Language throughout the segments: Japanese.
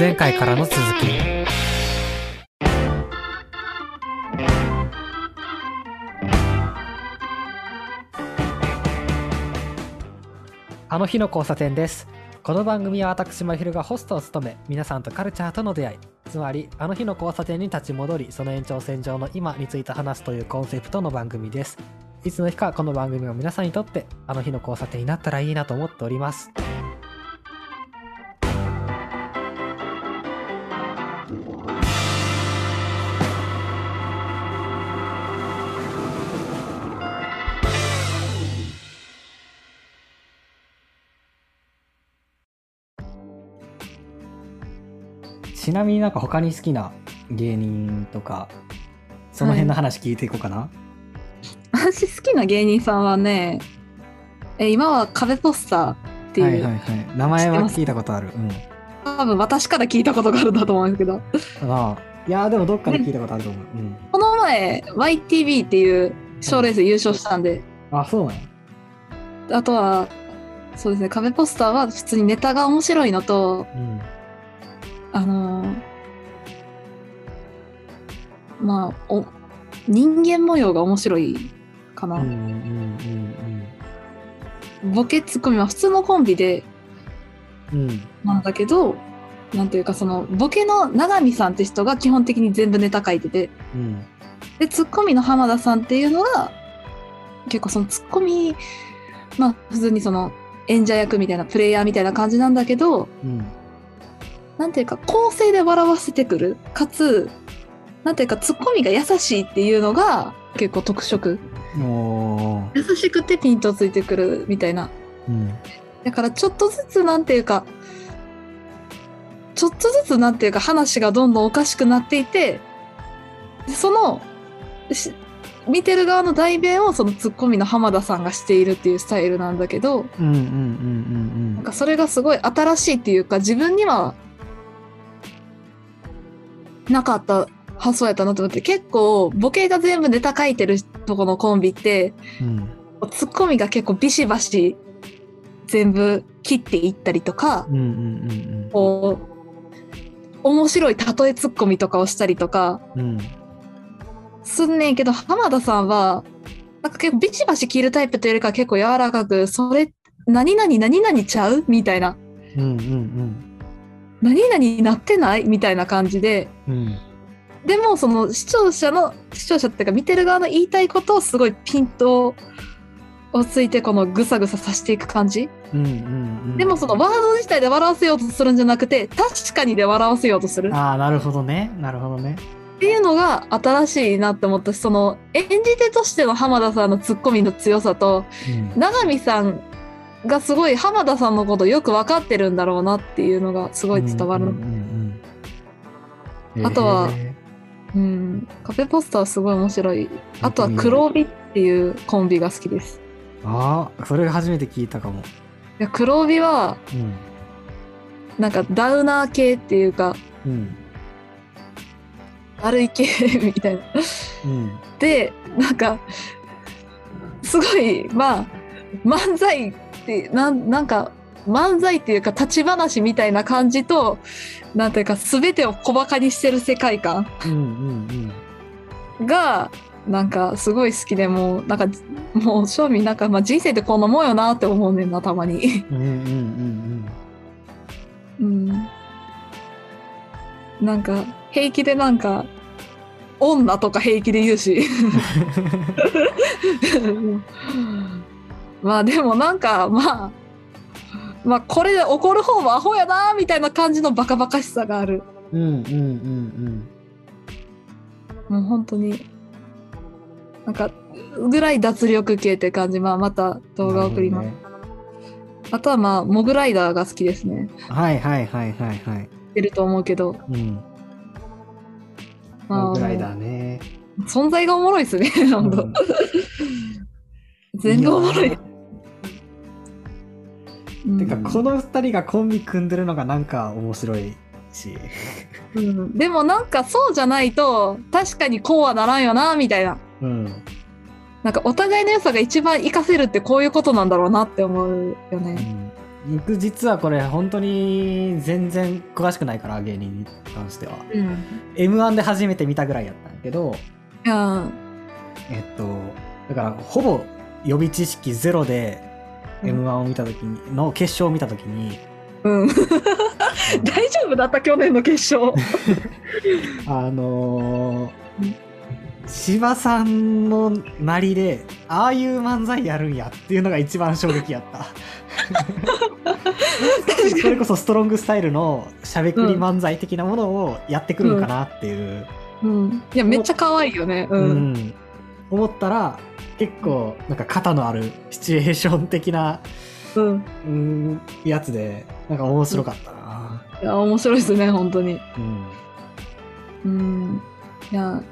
前回からの続き。あの日の交差点です。この番組は私まひるがホストを務め、皆さんとカルチャーとの出会い、つまりあの日の交差点に立ち戻り、その延長線上の今について話すというコンセプトの番組です。いつの日かこの番組が皆さんにとってあの日の交差点になったらいいなと思っております。ちなみになんか他に好きな芸人とかその辺の話聞いていこうかな。 私好きな芸人さんはね、今は壁ポスターっていう、 はいはいはい、名前は聞いたことある。 多分私から聞いたことがあるんだと思うんですけど、 ああ、いやでもどっかで聞いたことあると思う。 この前 YTV っていう賞レース優勝したんで、 あ、そうなんや。 あとはそうですね、壁ポスターは普通にネタが面白いのと、まあ人間模様が面白いかな。ボケツッコミは普通のコンビでなんだけど、なんていうかそのボケの永見さんって人が基本的に全部ネタ書いてて、でツッコミの浜田さんっていうのが結構そのツッコミ、まあ普通にその演者役みたいなプレイヤーみたいな感じなんだけど、なんていうか構成で笑わせてくる、かつなんていうかツッコミが優しいっていうのが結構特色。優しくてピントついてくるみたいな、だからちょっとずつなんていうか話がどんどんおかしくなっていて、でその見てる側の代弁をそのツッコミの浜田さんがしているっていうスタイルなんだけど、なんかそれがすごい新しいっていうか自分にはなかった発想やったなと思って、結構ボケが全部ネタ書いてるとこのコンビって、ツッコミが結構ビシバシ全部切っていったりとか、こう面白い例えツッコミとかをしたりとか、すんねんけど、浜田さんはなんか結構ビシバシ切るタイプというよりかは結構柔らかく、それ何々ちゃうみたいな、何々なってないみたいな感じで、でもその視聴者っていうか見てる側の言いたいことをすごいピントをついてこのぐさぐささしていく感じ、でもそのワード自体で笑わせようとするんじゃなくて、確かにで笑わせようとする。 ああ、なるほどねっていうのが新しいなって思ったし、その演じ手としての浜田さんのツッコミの強さと、永見さんがすごい浜田さんのことよく分かってるんだろうなっていうのがすごい伝わる。あとは壁ポスターすごい面白い。あとは黒帯っていうコンビが好きです。 ああ、それが初めて聞いたかも。いや、黒帯は、なんかダウナー系っていうか、悪い系みたいな、でなんかすごい漫才ってなんか漫才っていうか立ち話みたいな感じと、なんていうか全てを小バカにしてる世界観がなんかすごい好きで、もう正味なんか人生ってこんなもんよなって思うねんな、たまに。なんか平気でなんか女とか平気で言うしでもなんかこれで怒る方もアホやなみたいな感じのバカバカしさがある。もう本当になんかぐらい脱力系って感じ。また動画送ります。あとはモグライダーが好きですね。出ると思うけど、 モグライダーね、 存在がおもろいですね。全部おもろい。 てかこの2人がコンビ組んでるのがなんか面白いし、 でもなんかそうじゃないと確かにこうはならんよなみたいな、なんかお互いの良さが一番活かせるってこういうことなんだろうなって思うよね。 僕実はこれ本当に全然詳しくないから、芸人に関しては、M1 で初めて見たぐらいやったんやけど、だからほぼ予備知識ゼロで M1 を見た時に、の決勝を見た時に、 大丈夫だった？去年の決勝。 芝さんのなりでああいう漫才やるんやっていうのが一番衝撃やったそれこそストロングスタイルのしゃべくり漫才的なものをやってくるんかなっていう、 いやめっちゃ可愛いよね、 思ったら結構なんか肩のあるシチュエーション的な、やつでなんか面白かったな。 いや面白いですね本当に。いや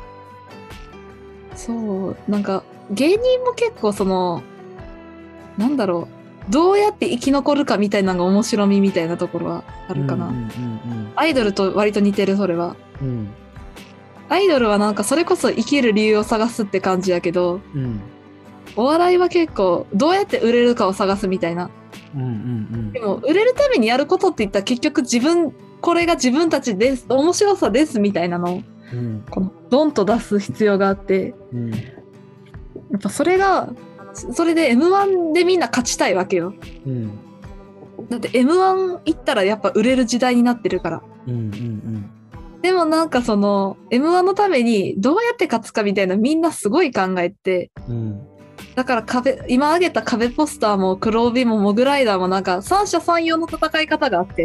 そうなんか芸人も結構そのなんだろう、どうやって生き残るかみたいなのが面白みみたいなところはあるかな。アイドルと割と似てるそれは。アイドルはなんかそれこそ生きる理由を探すって感じやけど、お笑いは結構どうやって売れるかを探すみたいな。でも売れるためにやることって言ったら結局これが自分たちです、面白さですみたいなのを、このドンと出す必要があって、やっぱそれで M1 でみんな勝ちたいわけよ。だって M1 行ったらやっぱ売れる時代になってるから。でもなんかその M1 のためにどうやって勝つかみたいなみんなすごい考えて、だから今挙げた壁ポスターも黒帯もモグライダーもなんか三者三様の戦い方があって、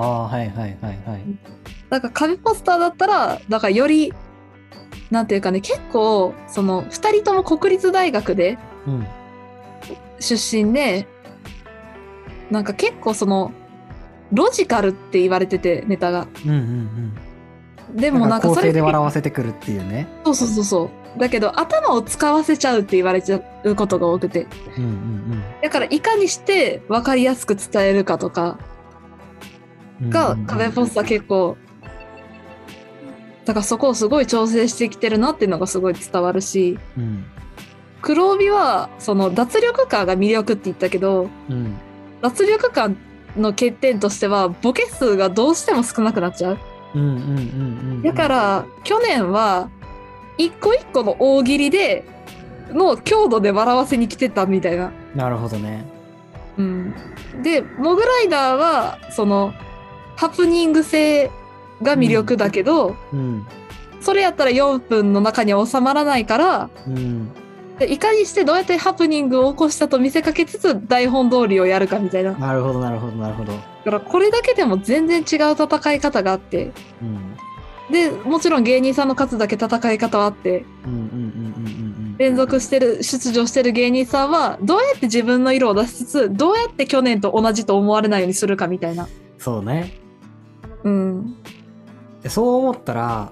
だから壁ポスターだったらだからよりなんていうかね、結構その2人とも国立大学で出身で、なんか結構そのロジカルって言われててネタが、でもなんかそれ構成で笑わせてくるっていうね。 そうだけど頭を使わせちゃうって言われちゃうことが多くて、だからいかにして分かりやすく伝えるかとかが壁ポスター結構だからそこをすごい調整してきてるなっていうのがすごい伝わるし、黒帯はその脱力感が魅力って言ったけど、脱力感の欠点としてはボケ数がどうしても少なくなっちゃう。だから去年は一個一個の大喜利での強度で笑わせに来てたみたいな。 なるほどね。 でモグライダーはそのハプニング性が魅力だけど、それやったら4分の中には収まらないから、でいかにしてどうやってハプニングを起こしたと見せかけつつ台本通りをやるかみたいな。 なるほど。だからこれだけでも全然違う戦い方があって、でもちろん芸人さんの数だけ戦い方はあって、連続してる出場してる芸人さんはどうやって自分の色を出しつつどうやって去年と同じと思われないようにするかみたいな。 そうね。そう思ったら、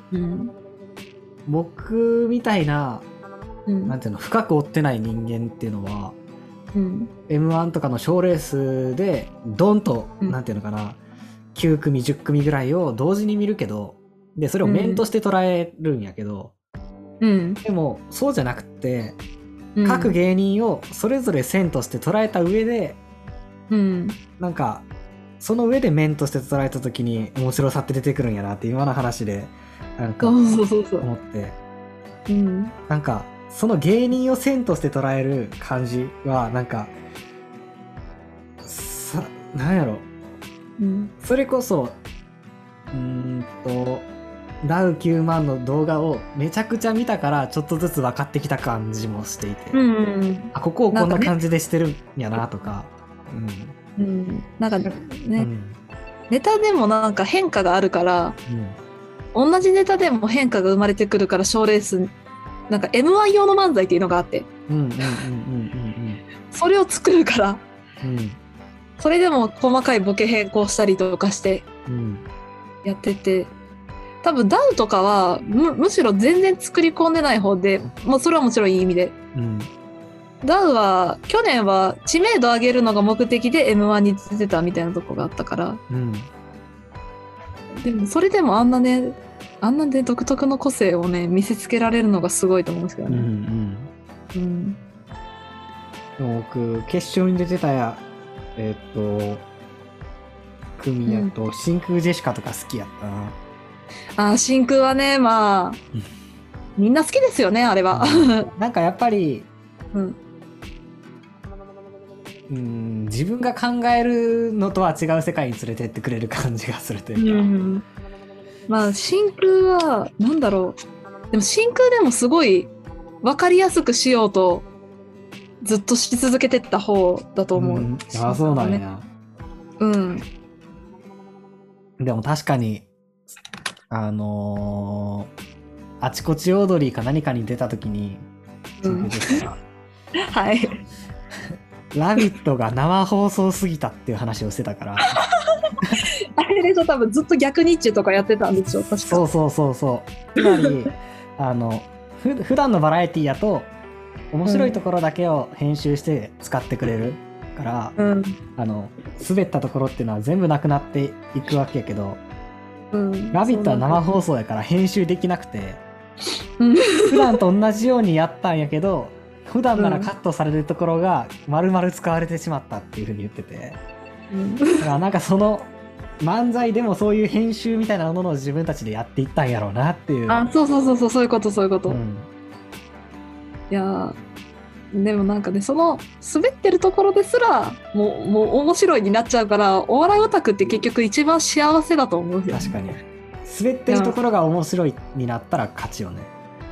僕みたいな、なんていうの、深く追ってない人間っていうのは、M1 とかの賞レースでドンと、なんていうのかな、9組10組ぐらいを同時に見るけど、でそれを面として捉えるんやけど、でもそうじゃなくて、各芸人をそれぞれ線として捉えた上で、なんかその上で面として捉えた時に面白さって出てくるんやなって今の話でなんか思って、なんかその芸人を線として捉える感じはなんかなんやろ、それこそダウ9万の動画をめちゃくちゃ見たからちょっとずつ分かってきた感じもしていて、あ、ここをこんな感じでしてるんやなとか、 なんかね、ネタでもなんか変化があるから、同じネタでも変化が生まれてくるから賞レースなんか M1 用の漫才っていうのがあって、それを作るから、それでも細かいボケ変更したりとかしてやってて、多分ダウとかは むしろ全然作り込んでない方で、もうそれはもちろんいい意味で、ダウは去年は知名度上げるのが目的で M1 に出てたみたいなとこがあったから、でもそれでもあんなね独特の個性をね見せつけられるのがすごいと思うんですけどね。 でも僕決勝に出てた組やと、真空ジェシカとか好きやったな。 真空はね、まあ、みんな好きですよね、あれは。 なんかやっぱり、 うん、 自分が考えるのとは違う世界に連れてってくれる感じがするというか。 まあ、真空は、なんだろう。でも真空でもすごい分かりやすくしようと、ずっとし続けてった方だと思う。 そうなんや。でも確かに、あちこちオードリーか何かに出た時に、 はい。 ラビットが生放送すぎたっていう話をしてたから。 あれでしょ、多分ずっと逆日中とかやってたんでしょ、確か。 そう。つまり、普段のバラエティやと、面白いところだけを編集して使ってくれるから、滑ったところっていうのは全部なくなっていくわけやけど、ラビットは生放送やから編集できなくて、普段と同じようにやったんやけど、普段ならカットされるところが丸々使われてしまったっていう風に言ってて、だからなんかその漫才でもそういう編集みたいなものを自分たちでやっていったんやろうなっていう。 そういうこと。いやでもなんかね、その滑ってるところですらもう面白いになっちゃうから、お笑いオタクって結局一番幸せだと思うんですよ。 確かに滑ってるところが面白いになったら勝ちよね。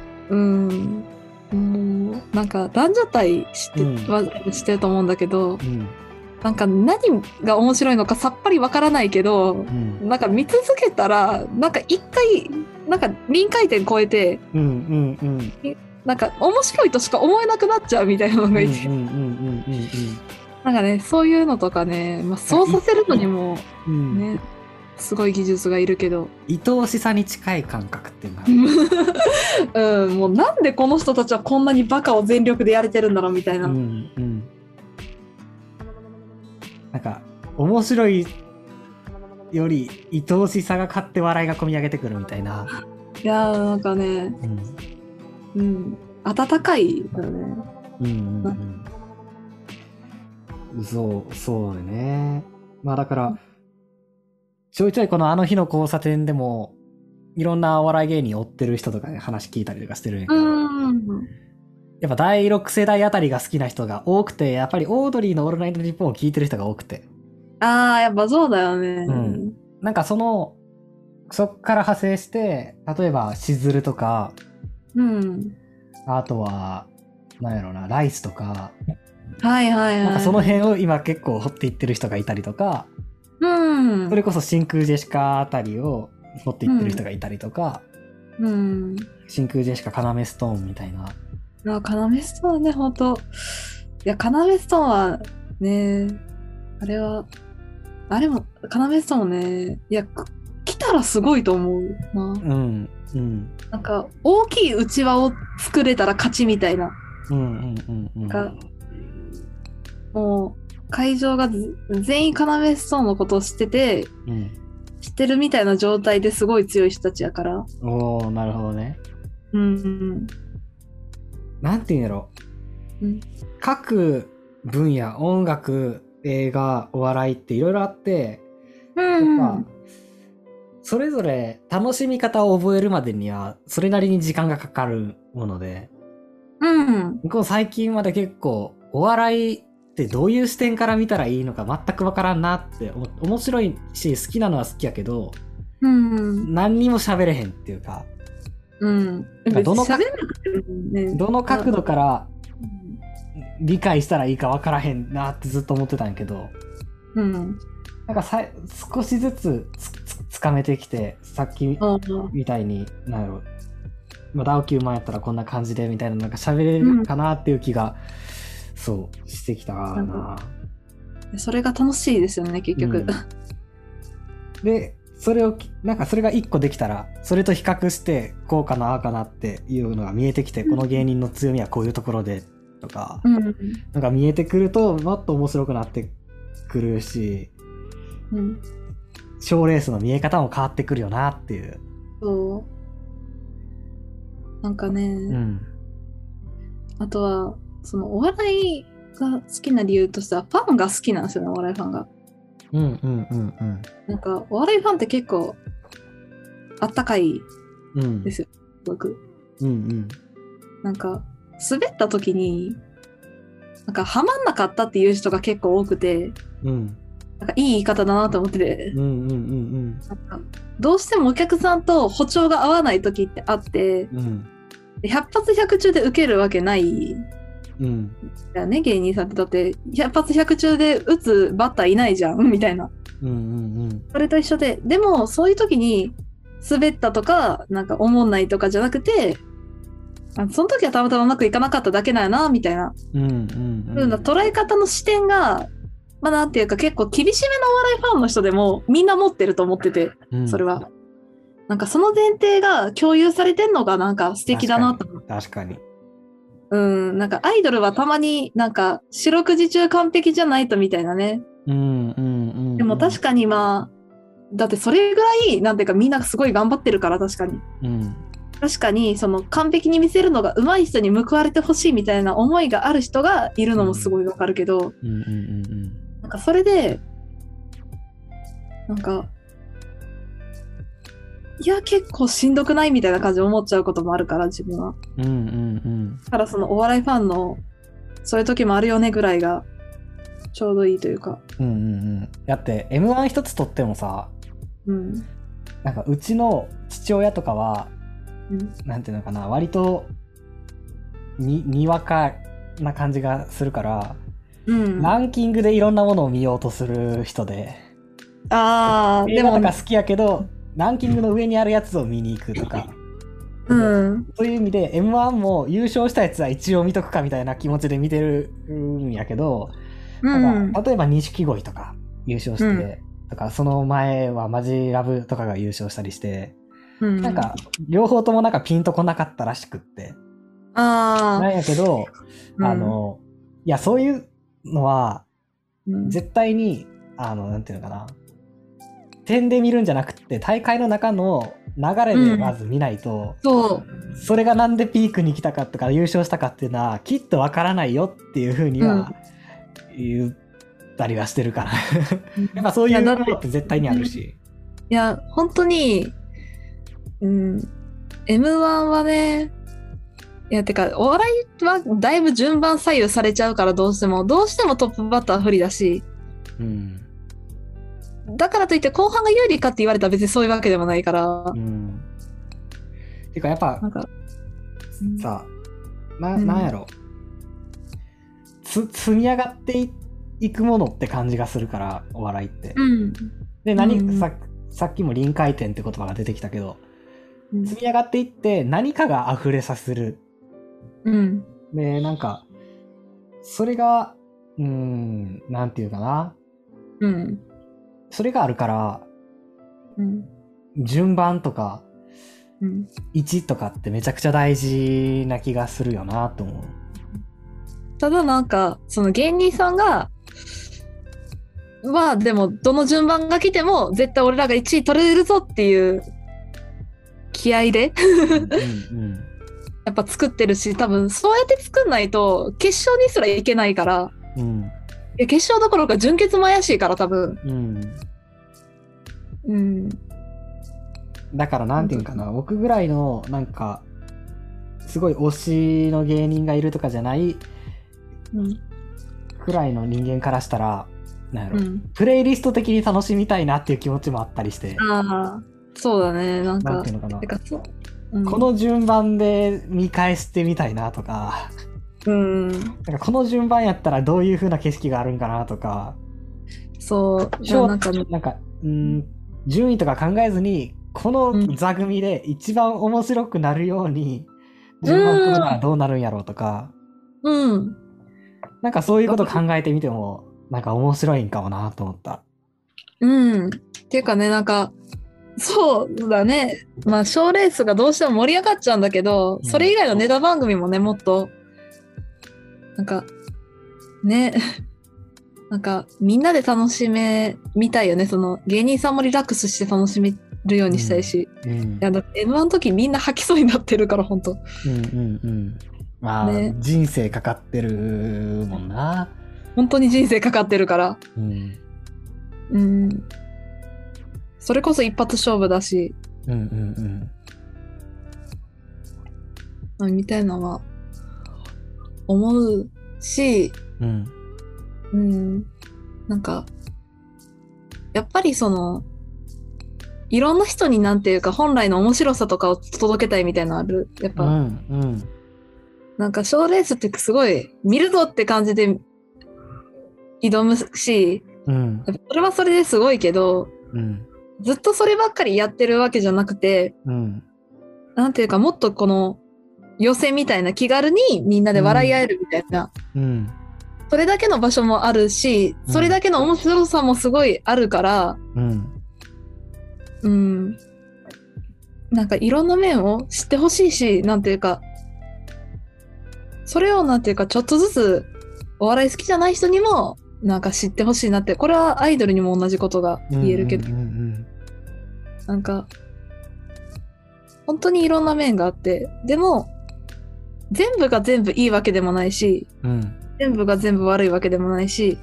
もうなんかランジャタイしてると思うんだけど、なんか何が面白いのかさっぱりわからないけど、なんか見続けたらなんか一回なんか臨界点超えて、なんか面白いとしか思えなくなっちゃうみたいなのがいて、なんかね、そういうのとかね、そうさせるのにもね、すごい技術がいるけど、 愛おしさに近い感覚っていうのもうなんでこの人たちはこんなにバカを全力でやれてるんだろうみたいな。 なんか面白いより愛おしさが勝って笑いが込み上げてくるみたいな。 いやーなんかね、温かいよね。 そうだね。まあだからちょいちょいこのあの日の交差点でもいろんなお笑い芸人追ってる人とかで話聞いたりとかしてるんやけど、やっぱ第6世代あたりが好きな人が多くて、やっぱりオードリーのオールナイトニッポンを聞いてる人が多くて。 やっぱそうだよね。 なんかそっから派生して、例えばしずるとか、あとはなんやろな、ライスとか、なんかその辺を今結構掘っていってる人がいたりとか、それこそ真空ジェシカあたりを掘っていってる人がいたりとか、真空ジェシカ、カナメストーンみたいな。 カナメストーンはね、ほんと。いや、カナメストーンはね、あれも、カナメストーンね、いや、来たらすごいと思うな。なんか、大きいうちわを作れたら勝ちみたいな。もう、会場が全員カナメストーンのことを知ってて、知ってるみたいな状態ですごい強い人たちやから。 なるほどね。なんていうんやろ。各分野、音楽、映画、お笑いっていろいろあって、それぞれ楽しみ方を覚えるまでにはそれなりに時間がかかるもので、最近まで結構お笑いってどういう視点から見たらいいのか全くわからんなって面白いし好きなのは好きやけど、何にも喋れへんっていうか、どの角度から理解したらいいか分からへんなってずっと思ってたんやけど、なんか少しずつつかめてきて、さっきみたいになんやろ、ダウ9万やったらこんな感じでみたいな、なんか喋れるかなっていう気が、そうしてきたな。 それが楽しいですよね、結局。 でそれが1個できたら、それと比較してこうかなああかなっていうのが見えてきて、この芸人の強みはこういうところでとか、なんか見えてくるともっと面白くなってくるし、賞レースの見え方も変わってくるよなっていう。 なんかね、あとはそのお笑いが好きな理由としてはファンが好きなんですよね、お笑いファンが。なんかお笑いファンって結構あったかいですよ、僕。なんか滑った時になんかハマんなかったっていう人が結構多くて、なんかいい言い方だなと思ってて、なんかどうしてもお客さんと歩調が合わない時ってあって、100発100中で受けるわけないだよね、芸人さんって。だって100発100中で打つバッターいないじゃんみたいな、それと一緒で、でもそういう時に滑ったとかなんか思んないとかじゃなくて、その時はたまたまうまくいかなかっただけだよなみたいな、捉え方の視点が、まあなんていうか結構厳しめのお笑いファンの人でもみんな持ってると思ってて、それはなんかその前提が共有されてんのがなんか素敵だなと思って。 確かに。 なんかアイドルはたまになんか四六時中完璧じゃないとみたいなね。でも確かにまあだってそれぐらいなんていうかみんなすごい頑張ってるから、確かに、確かにその完璧に見せるのが上手い人に報われてほしいみたいな思いがある人がいるのもすごいわかるけど、なんかそれでなんかいや結構しんどくないみたいな感じで思っちゃうこともあるから、自分は。だからそのお笑いファンのそういう時もあるよねぐらいがちょうどいいというか。 だって M1 一つとってもさ、なんかうちの父親とかは、なんていうのかな、割とにわかな感じがするから、ランキングでいろんなものを見ようとする人で、映画とか好きやけどランキングの上にあるやつを見に行くとか、そういう意味で M1 も優勝したやつは一応見とくかみたいな気持ちで見てるんやけど、なんか例えば錦鯉とか優勝して、とかその前はマジラブとかが優勝したりして、なんか両方ともなんかピンとこなかったらしくって、なんやけど、いやそういうのは絶対になんていうのかな、点で見るんじゃなくて大会の中の流れでまず見ないと、それがなんでピークに来たかとか優勝したかっていうのはきっとわからないよっていう風には言ったりはしてるからやっぱそういうのって絶対にあるし、 いや本当にM1 はね、いやてかお笑いはだいぶ順番左右されちゃうから、どうしてもトップバッター不利だし、だからといって後半が有利かって言われたら別にそういうわけでもないから、 てかやっぱなんか、さなんやろ、積み上がっていくものって感じがするから、お笑いって、でさっきも臨界点って言葉が出てきたけど、積み上がっていって何かが溢れさせる、でなんかそれがなんていうかな、それがあるから、順番とか、位置とかってめちゃくちゃ大事な気がするよなと思う。 ただなんかその芸人さんがでもどの順番が来ても絶対俺らが1位取れるぞっていう気合でやっぱ作ってるし、多分そうやって作んないと決勝にすらいけないから、いや決勝どころか準決も怪しいから多分、 だからなんていうんかな、僕ぐらいのなんかすごい推しの芸人がいるとかじゃないくらいの人間からしたら、なんやろ、プレイリスト的に楽しみたいなっていう気持ちもあったりして、 そうだね、なんていうのかな、この順番で見返してみたいなとか、なんかこの順番やったらどういう風な景色があるんかなとか、なんか順位とか考えずにこの座組で一番面白くなるように順番組むのはどうなるんやろうとか、なんかそういうこと考えてみてもなんか面白いんかもなと思った。 っていうかね、なんかそうだね、まあ賞レースがどうしても盛り上がっちゃうんだけど、それ以外のネタ番組もね、もっとなんかねなんかみんなで楽しめみたいよね。その芸人さんもリラックスして楽しめるようにしたいし、いやだって M1 の時みんな吐きそうになってるから本当。 まあ、ね、人生かかってるもんな。 本当に人生かかってるから。それこそ一発勝負だし。みたいなのは思うし、なんかやっぱりそのいろんな人になんていうか本来の面白さとかを届けたいみたいなのある。やっぱ、なんか賞レースってすごい見るぞって感じで挑むし、それはそれですごいけど、ずっとそればっかりやってるわけじゃなくて、なんていうかもっとこの予選みたいな気軽にみんなで笑い合えるみたいな、それだけの場所もあるし、それだけの面白さもすごいあるから、なんかいろんな面を知ってほしいし、なんていうかそれをなんていうかちょっとずつお笑い好きじゃない人にもなんか知ってほしいなって、これはアイドルにも同じことが言えるけど、なんか本当にいろんな面があって、でも全部が全部いいわけでもないし、全部が全部悪いわけでもないし、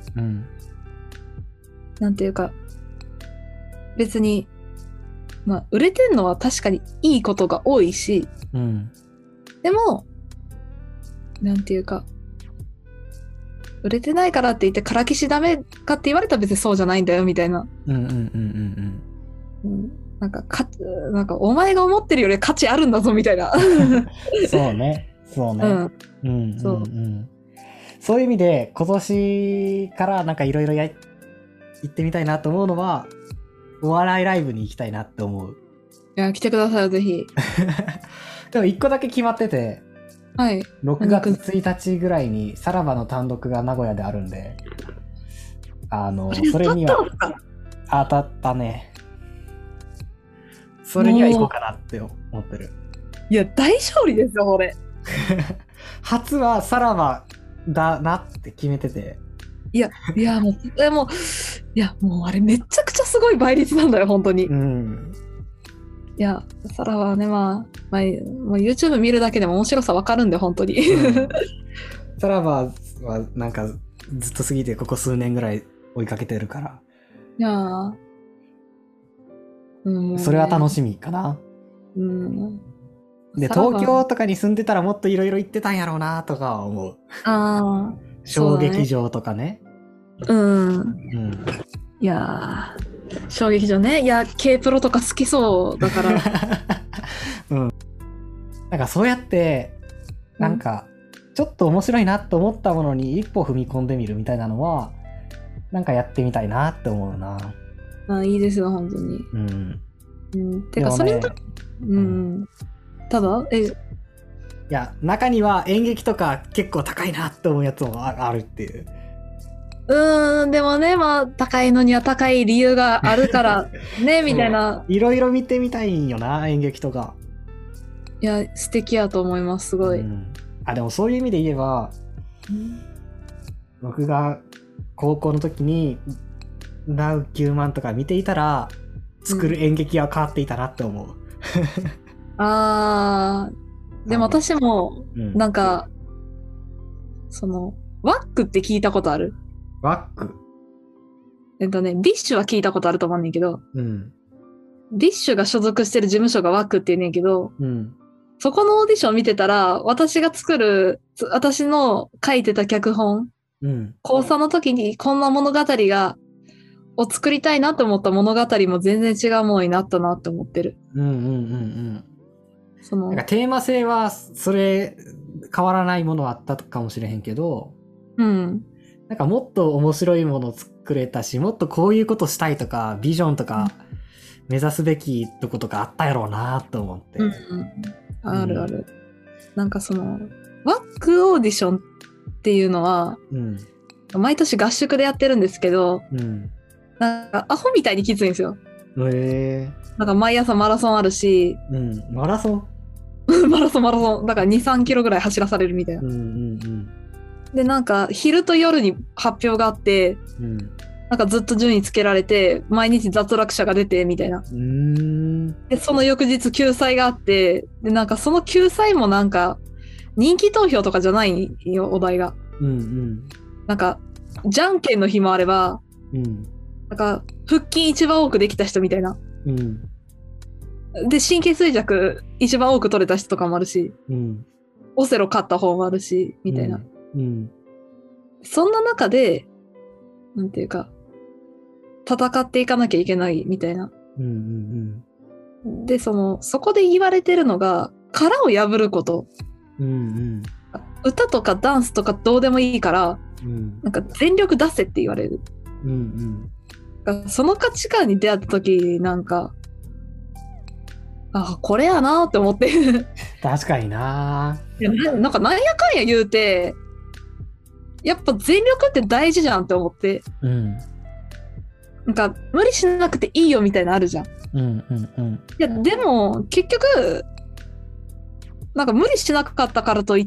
なんていうか別にまあ売れてんのは確かにいいことが多いし、でもなんていうか売れてないからって言ってからきしダメかって言われたら別にそうじゃないんだよみたいな。なんかお前が思ってるより価値あるんだぞみたいな。 そうね。そういう意味で今年からなんかいろいろ行ってみたいなと思うのは、お笑いライブに行きたいなって思う。 いや、来てくださいぜひ。 でも一個だけ決まってて、 はい、 6月1日ぐらいにさらばの単独が名古屋であるんで、それには当たったね。それには行こうかなって思ってる。 いや、大勝利ですよこれ。 初はさらばだなって決めてて。 いやもうあれめちゃくちゃすごい倍率なんだよ本当に。いや、さらばね、まあ YouTube 見るだけでも面白さわかるんで本当に。 さらばはなんかずっと過ぎてここ数年ぐらい追いかけてるから。 いやそれは楽しみかな。で東京とかに住んでたらもっといろいろ行ってたんやろうなとか思う。小劇場とかね。 いや小劇場ね。いや K プロとか好きそうだから。 なんかそうやってなんかちょっと面白いなと思ったものに一歩踏み込んでみるみたいなのはなんかやってみたいなって思うな。 いいですよ本当に。てかそれとただいや中には演劇とか結構高いなって思うやつもあるっていう。 でもね、まあ高いのには高い理由があるからねみたいな。 いろいろ見てみたいんよな演劇とか。 いや素敵やと思いますすごい。 でもそういう意味で言えば、僕が高校の時にダウ9万とか見ていたら作る演劇は変わっていたなって思う。 でも私もなんか、そのワックって聞いたことある？ ワック？ ビッシュは聞いたことあると思うねんけど、ビッシュが所属してる事務所がワックって言うねんけど、そこのオーディション見てたら私の書いてた脚本、高3の時にこんな物語を作りたいなと思った物語も全然違うものになったなって思ってる。 なんかテーマ性はそれ変わらないものはあったかもしれへんけど、なんかもっと面白いものを作れたし、もっとこういうことしたいとかビジョンとか目指すべきとことかあったやろうなと思って。 あるある。なんかそのワックオーディションっていうのは、毎年合宿でやってるんですけど、なんかアホみたいにきついんですよ。なんか毎朝マラソンあるし、 マラソンマラソンだから 2,3 キロぐらい走らされるみたいな。でなんか昼と夜に発表があって、なんかずっと順位つけられて毎日脱落者が出てみたいな。でその翌日救済があって、でなんかその救済もなんか人気投票とかじゃないよ、お題が。 うんうん。 なんか、じゃんけんの日もあれば、 うん。 なんか、腹筋一番多くできた人みたいな。 うん。 で、神経衰弱一番多く取れた人とかもあるし、 うん。 オセロ勝った方もあるし、みたいな。 うん。 そんな中で、なんていうか、戦っていかなきゃいけないみたいな。 うんうんで、そこで言われてるのが、殻を破ること。 うん。うん歌とかダンスとかどうでもいいから、 うん。 なんか全力出せって言われる。 うんその価値観に出会った時、なんか、あ、これやなって思って。 確かにな。 いやなんかなんやかんや言うて、やっぱ全力って大事じゃんって思って。 うん。 なんか無理しなくていいよみたいなのあるじゃん。 うんうんうん。 いや、でも結局、なんか無理しなかったからといって、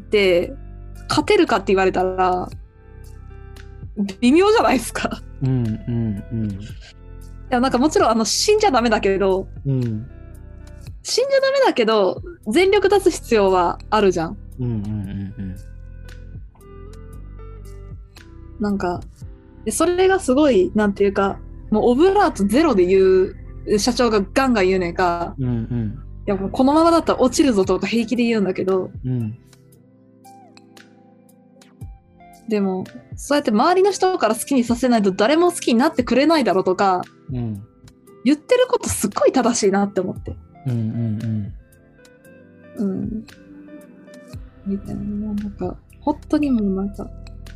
勝てるかって言われたら、微妙じゃないですか。 うんうんうん。 いや、なんかもちろん死んじゃダメだけど、 うん。 死んじゃダメだけど、全力出す必要はあるじゃん。 うんうんうんなんか、それがすごい、なんていうか、もうオブラートゼロで言う、社長がガンガン言うねんか、 うん。うんいやもうこのままだったら落ちるぞとか平気で言うんだけど、 うん。うん。 でも、そうやって周りの人から好きにさせないと誰も好きになってくれないだろうとか、 うん。 言ってることすっごい正しいなって思って。 うんうんうん。みたいな、なんか、本当にもうなんか。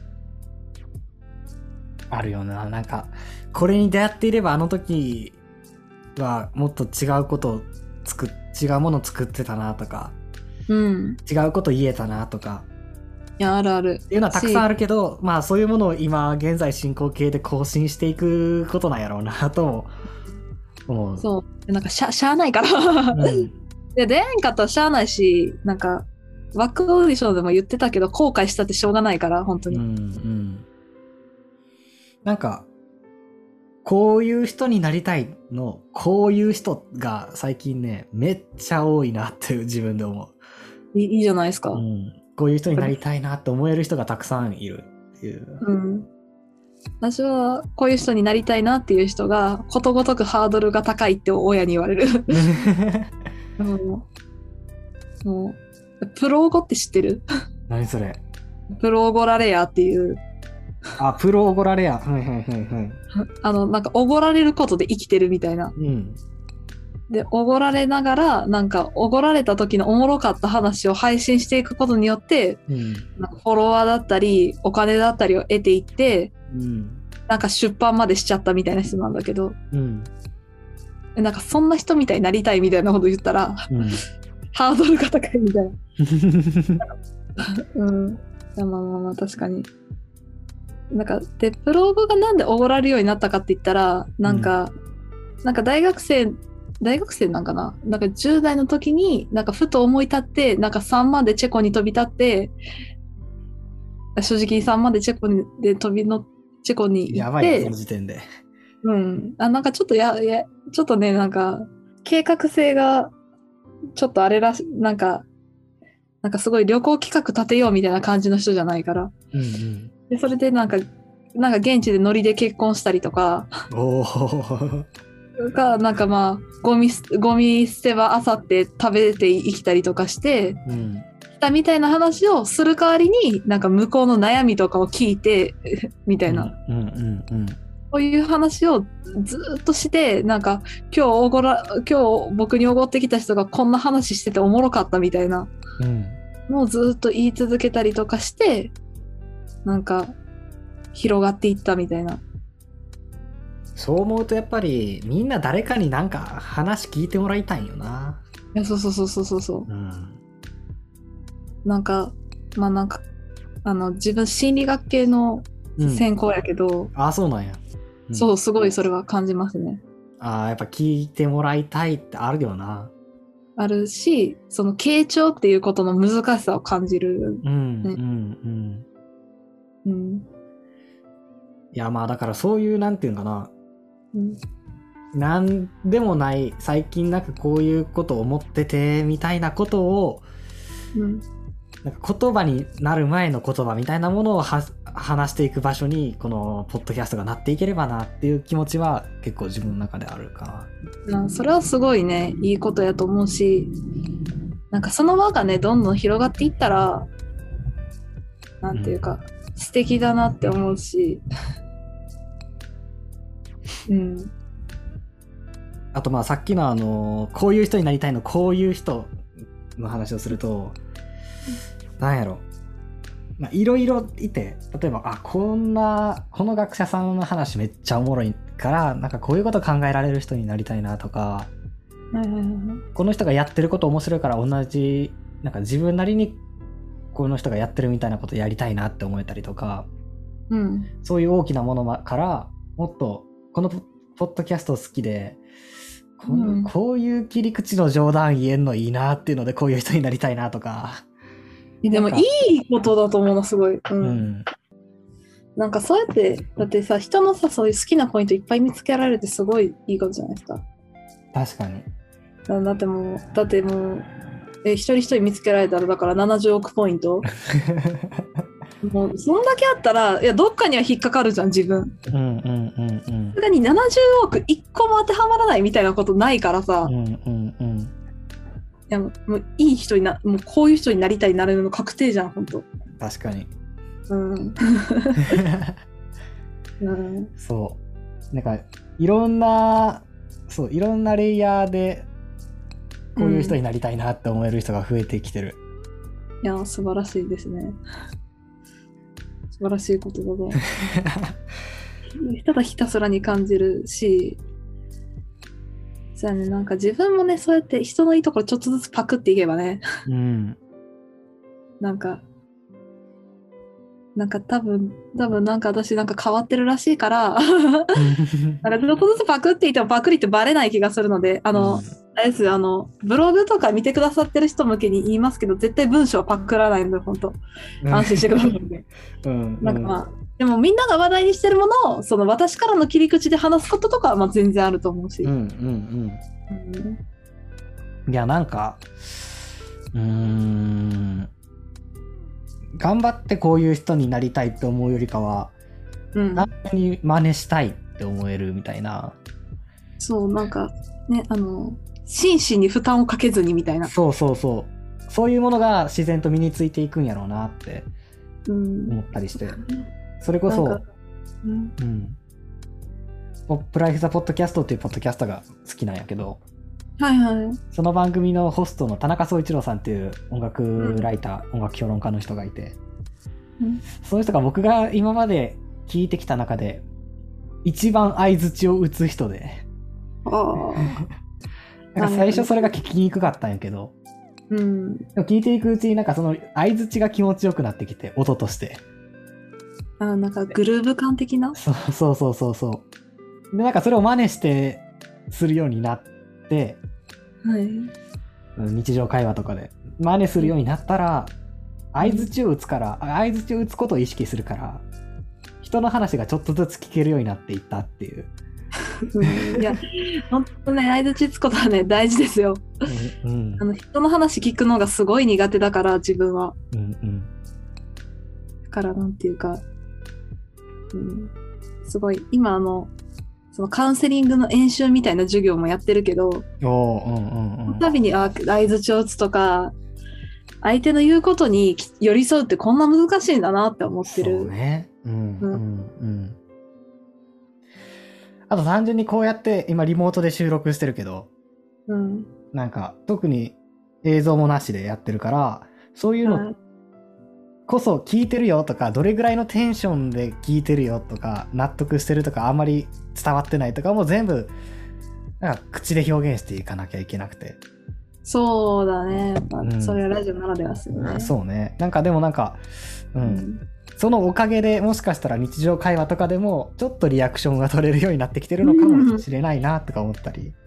あるよな。なんか、これに出会っていればあの時はもっと違うことを違うものを作ってたなとか、 うん。 違うこと言えたなとか。 いや、あるある。 っていうのはたくさんあるけど、まあそういうものを今現在進行形で更新していくことなんやろうなとも思う。 そう。なんかしゃあないから。 うん、 で、出会えんかったらしゃあないし、なんか、バックオーディションでも言ってたけど、後悔したってしょうがないから、本当に。 うんうん、なんかこういう人になりたいのこういう人が最近ねめっちゃ多いなって自分で思う。 いいじゃないですか。 うん、こういう人になりたいなって思える人がたくさんいるっていう。 うん。私はこういう人になりたいなっていう人がことごとくハードルが高いって親に言われる。もうプロオゴって知ってる？ 何それ？ プロオゴラレアっていう。 あ、プロおごられや。はいはいはいはい。 なんかおごられることで生きてるみたいな。 うん。 で、おごられながら、なんかおごられた時のおもろかった話を配信していくことによって、 うん、 なんかフォロワーだったり、お金だったりを得ていって、 うん、 なんか出版までしちゃったみたいな人なんだけど、 うん、 なんかそんな人みたいになりたいみたいなこと言ったら、 うん。 ハードルが高いみたいな。うん。いやまあまあまあ、確かに。なんか、で、プロ語がなんでおごられるようになったかって言ったら、なんか大学生なんかな、なんか10代の時に、なんかふと思い立って、なんか3万でチェコに飛び立って、正直3万でチェコにチェコに行って、 やばいね、その時点で。 うん。なんかちょっとちょっとね、なんか、計画性が、ちょっとあれらし、なんかすごい旅行企画立てようみたいな感じの人じゃないから。 うんうん。 で、それでなんか現地でノリで結婚したりとか、 おお。 なんかまあ、ゴミ捨て場あさって食べて生きたりとかして、 うん。 たみたいな話をする代わりに、なんか向こうの悩みとかを聞いて、みたいな。 うんうんうん。 こういう話をずっとして、なんか今日僕におごってきた人がこんな話してておもろかったみたいな。 うん。 もうずっと言い続けたりとかして、なんか広がっていったみたいな。 そう思うとやっぱりみんな誰かになんか話聞いてもらいたいよな。 いや、そう。 うん。 なんか、まあなんか、自分心理学系の専攻やけど、 ああ、そうなんや。うん、 そう、すごいそれは感じますね。 ああ、やっぱ聞いてもらいたいってあるよな。 あるし、その傾聴っていうことの難しさを感じる。 うん、ね、うんうん。 いや、まあだからそういうなんていうのかな。 うん、 なんでもない最近なんかこういうことを思っててみたいなことを、 うん、 なんか言葉になる前の言葉みたいなものを話していく場所にこのポッドキャストがなっていければなっていう気持ちは結構自分の中であるかな。それはすごいね、いいことやと思うし、なんかその輪がねどんどん広がっていったらなんていうか、素敵だなって思うし、 あとまあさっきのこういう人になりたいのこういう人の話をすると、なんやろ、いろいろいて、例えばこの学者さんの話めっちゃおもろいからなんかこういうこと考えられる人になりたいなとか、この人がやってること面白いから同じなんか自分なりにこの人がやってるみたいなことやりたいなって思えたりとか、そういう大きなものからもっとこのポッドキャスト好きでこういう切り口の冗談言えんのいいなっていうのでこういう人になりたいなとか。 でもいいことだと思うのすごい、なんかそうやってだってさ、人のさそういう好きなポイントいっぱい見つけられるってすごいいいことじゃないですか。 確かに。 だってもう一人一人見つけられたらだから70億ポイントもうそんだけあったらいやどっかには引っかかるじゃん自分。それに70億1個も当てはまらないみたいなことないからさ、いやもういい人にもうこういう人になりたいなれるの確定じゃん本当。 確かに。そうなんかいろんなレイヤーでこういう人になりたいなって思える人が増えてきてる。 いや素晴らしいですね。素晴らしいことだね。ただひたすらに感じるし、そうやね、なんか自分もねそうやって人のいいところちょっとずつパクっていけばね、なんか多分なんか私なんか変わってるらしいからなんかちょっとずつパクっていてもパクリってバレない気がするので、あれですよ、ブログとか見てくださってる人向けに言いますけど絶対文章はパクらないので本当安心してくださいね。なんかでもみんなが話題にしてるものをその私からの切り口で話すこととかは全然あると思うし、いやなんか頑張ってこういう人になりたいって思うよりかは、単純に真似したいって思えるみたいな。 そうなんかね心身に負担をかけずにみたいな。そういうものが自然と身についていくんやろうなって思ったりして、それこそプライフザポッドキャストっていうポッドキャストが好きなんやけど、その番組のホストの田中総一郎さんっていう音楽ライター、音楽評論家の人がいて、その人が僕が今まで聞いてきた中で一番相槌を打つ人でなんか最初それが聞きにくかったんやけど、でも聞いていくうちになんかその相槌が気持ちよくなってきて、音としてなんかグルーヴ感的な。 そうでなんかそれを真似してするようになって、日常会話とかで真似するようになったら、相槌を打つことを意識するから人の話がちょっとずつ聞けるようになっていったっていう。 いや本当ね、相槌打つことはね大事ですよ。人の話聞くのがすごい苦手だから自分は、だからなんていうか、すごい今そのカウンセリングの演習みたいな授業もやってるけど、その度に相槌を打つとか相手の言うことに寄り添うってこんな難しいんだなって思ってる。 そうね。あと単純にこうやって今リモートで収録してるけど、なんか特に映像もなしでやってるから、そういうのこそ聞いてるよとか、どれぐらいのテンションで聞いてるよとか、納得してるとか、あんまり伝わってないとかも全部なんか口で表現していかなきゃいけなくて。 そうだね、やっぱそれはラジオならではですよね。 そうね。なんかでもなんかそのおかげでもしかしたら日常会話とかでもちょっとリアクションが取れるようになってきてるのかもしれないなとか思ったり、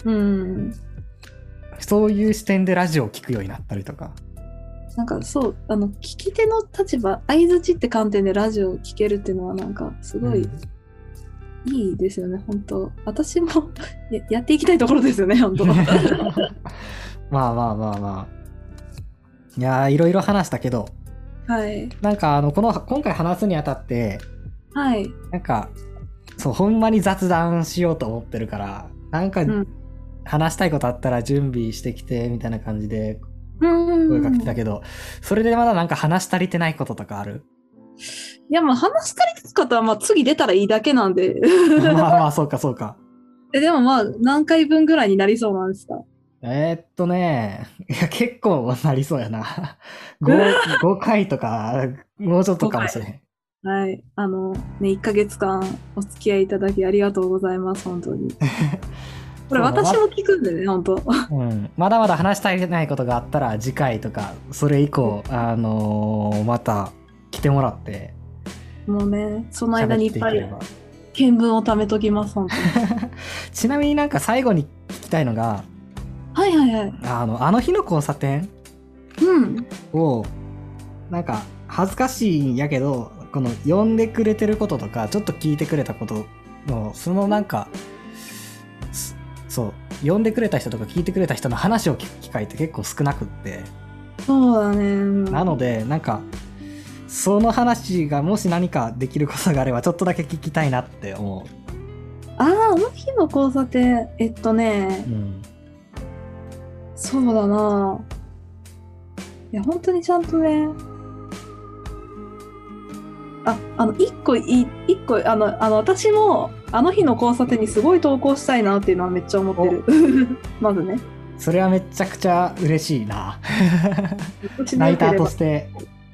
そういう視点でラジオを聞くようになったりとか。 なんかそう聞き手の立場、相槌って観点でラジオを聞けるっていうのはなんかすごいいいですよね、本当。私もやっていきたいところですよね、本当。 まあいやーいろいろ話したけど、 はい。 なんか今回話すにあたって、 はい。 なんかそうほんまに雑談しようと思ってるから、なんか話したいことあったら準備してきてみたいな感じで声かけてたけど、それでまだなんか話し足りてないこととかある？ いや、まあ話し足りてることはまあ次出たらいいだけなんで。 まあまあそうかそうか。 でもまあ何回分ぐらいになりそうなんですか？ いや結構なりそうやな。5回とか、もうちょっとかもしれへん。 はい。ね、1ヶ月間お付き合いいただきありがとうございます、本当に。これ私も聞くんでね、本当。 うん。まだまだ話したいないことがあったら次回とか、それ以降、また来てもらって。 もうね、その間にいっぱい見聞を貯めときます、本当に。 ちなみになんか最後に聞きたいのが、 はいはいはい。 あの日の交差点を、なんか恥ずかしいんやけど、この呼んでくれてることとかちょっと聞いてくれたことのそのなんかそう呼んでくれた人とか聞いてくれた人の話を聞く機会って結構少なくって、 そうだね。 なのでなんかその話がもし何かできることがあればちょっとだけ聞きたいなって思う。 あの日の交差点、そうだな。いや本当にちゃんとね。一個私もあの日の交差点にすごい投稿したいなっていうのはめっちゃ思ってる。まずね。 それはめちゃくちゃ嬉しいな。ライターとして。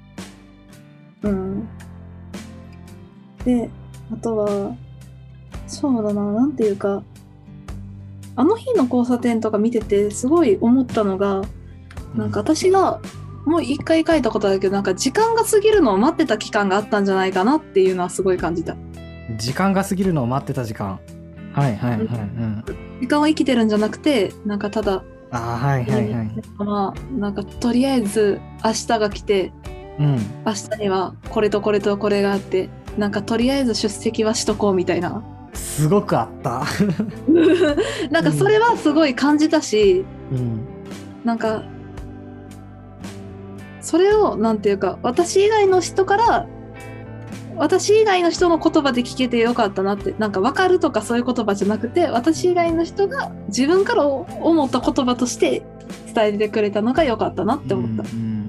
で、あとは、そうだな、なんていうか、あの日の交差点とか見ててすごい思ったのが、なんか私がもう一回書いたことだけど、なんか時間が過ぎるのを待ってた期間があったんじゃないかなっていうのはすごい感じた。 時間が過ぎるのを待ってた時間。はいはいはい。 時間を生きてるんじゃなくて、なんかただ、 はいはいはい。 まあ、なんかとりあえず明日が来て、明日にはこれとこれとこれがあって、なんかとりあえず出席はしとこうみたいな。 すごくあった。 なんかそれはすごい感じたし、なんかそれをなんていうか、私以外の人の言葉で聞けてよかったなって、なんか分かるとかそういう言葉じゃなくて、私以外の人が自分から思った言葉として伝えてくれたのがよかったなって思った。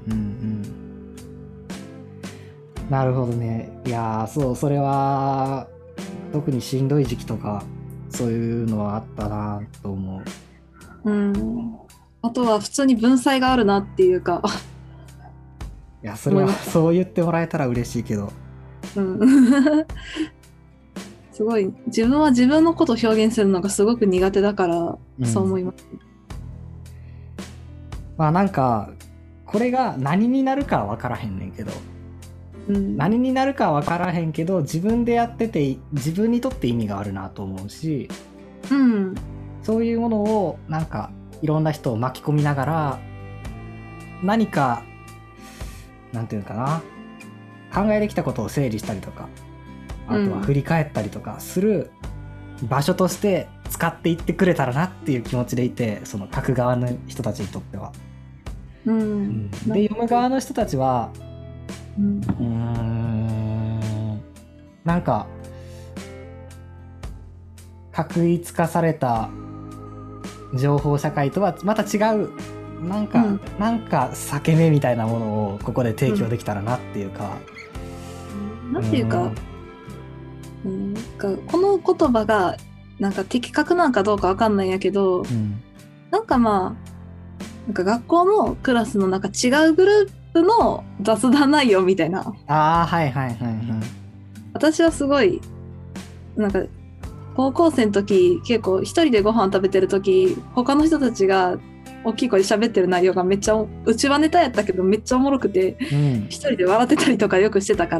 なるほどね。いやそうそれは特にしんどい時期とかそういうのはあったなと思う。 あとは普通に文才があるなっていうか。 いやそれはそう言ってもらえたら嬉しいけど。 すごい自分は自分のことを表現するのがすごく苦手だから、そう思います。 まあなんかこれが何になるかは分からへんねんけど、何になるかは分からへんけど自分でやってて自分にとって意味があるなと思うし、そういうものをなんかいろんな人を巻き込みながら何かなんていうかな、考えてきたことを整理したりとか、あとは振り返ったりとかする場所として使っていってくれたらなっていう気持ちでいて、その書く側の人たちにとっては。で読む側の人たちはなんか確一化された情報社会とはまた違うなんか裂け目みたいなものをここで提供できたらなっていうか、 なんていうか、この言葉がなんか的確なんかどうかわかんないんやけど、なんかまあなんか学校のクラスのなんか違うグループの雑談内容みたいな。私はすごいなんか高校生の時結構一人でご飯食べてる時、他の人たちが大きい声で喋ってる内容がめっちゃうちはネタやったけどめっちゃおもろくて、一人で笑ってたりとかよくしてたから、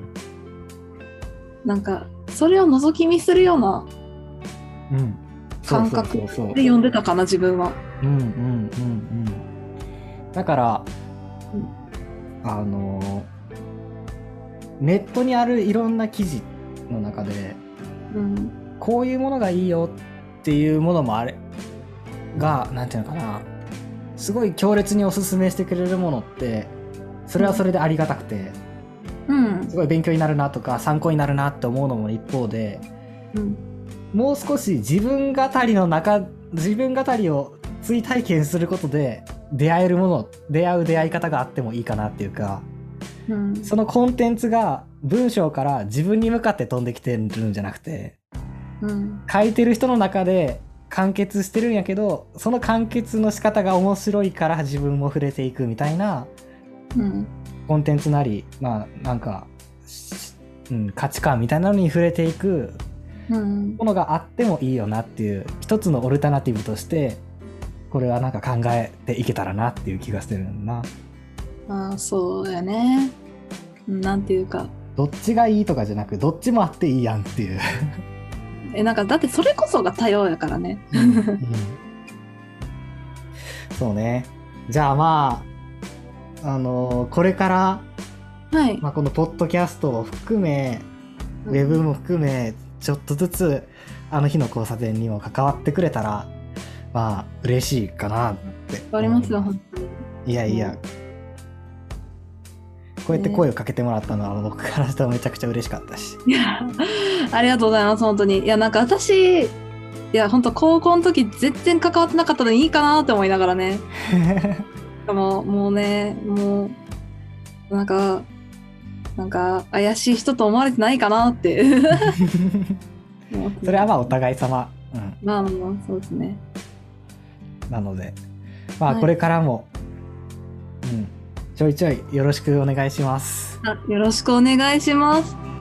なんかそれを覗き見するような感覚で読んでたかな自分は。 だからネットにあるいろんな記事の中で、こういうものがいいよっていうものもあれがなんていうのかな、 すごい強烈におすすめしてくれるものってそれはそれでありがたくて、すごい勉強になるなとか参考になるなって思うのも一方で、もう少し自分語りを追体験することで出会う出会い方があってもいいかなっていうか、そのコンテンツが文章から自分に向かって飛んできてるんじゃなくて、書いてる人の中で完結してるんやけど、その完結の仕方が面白いから自分も触れていくみたいな、コンテンツなり、まあなんか、価値観みたいなのに触れていくものがあってもいいよなっていう一つのオルタナティブとしてこれはなんか考えていけたらなっていう気がしてるんだな。そうやね。なんていうか、 どっちがいいとかじゃなくどっちもあっていいやんっていうなんかだってそれこそが多様やからね。 そうね。じゃあまあこれから、まあ、このポッドキャストを含め、ウェブも含めちょっとずつあの日の交差点にも関わってくれたらまあ嬉しいかなって。 ありますよ本当に。 いやいや、こうやって声をかけてもらったのは僕からしたらめちゃくちゃ嬉しかったし。 いやありがとうございます本当に。いやなんか私いや本当高校の時全然関わってなかったのにいいかなって思いながらねもうねなんか怪しい人と思われてないかなってそれはまあお互い様、 まあそうですね。 なのでまあこれからも、ちょいちょいよろしくお願いします。 よろしくお願いします。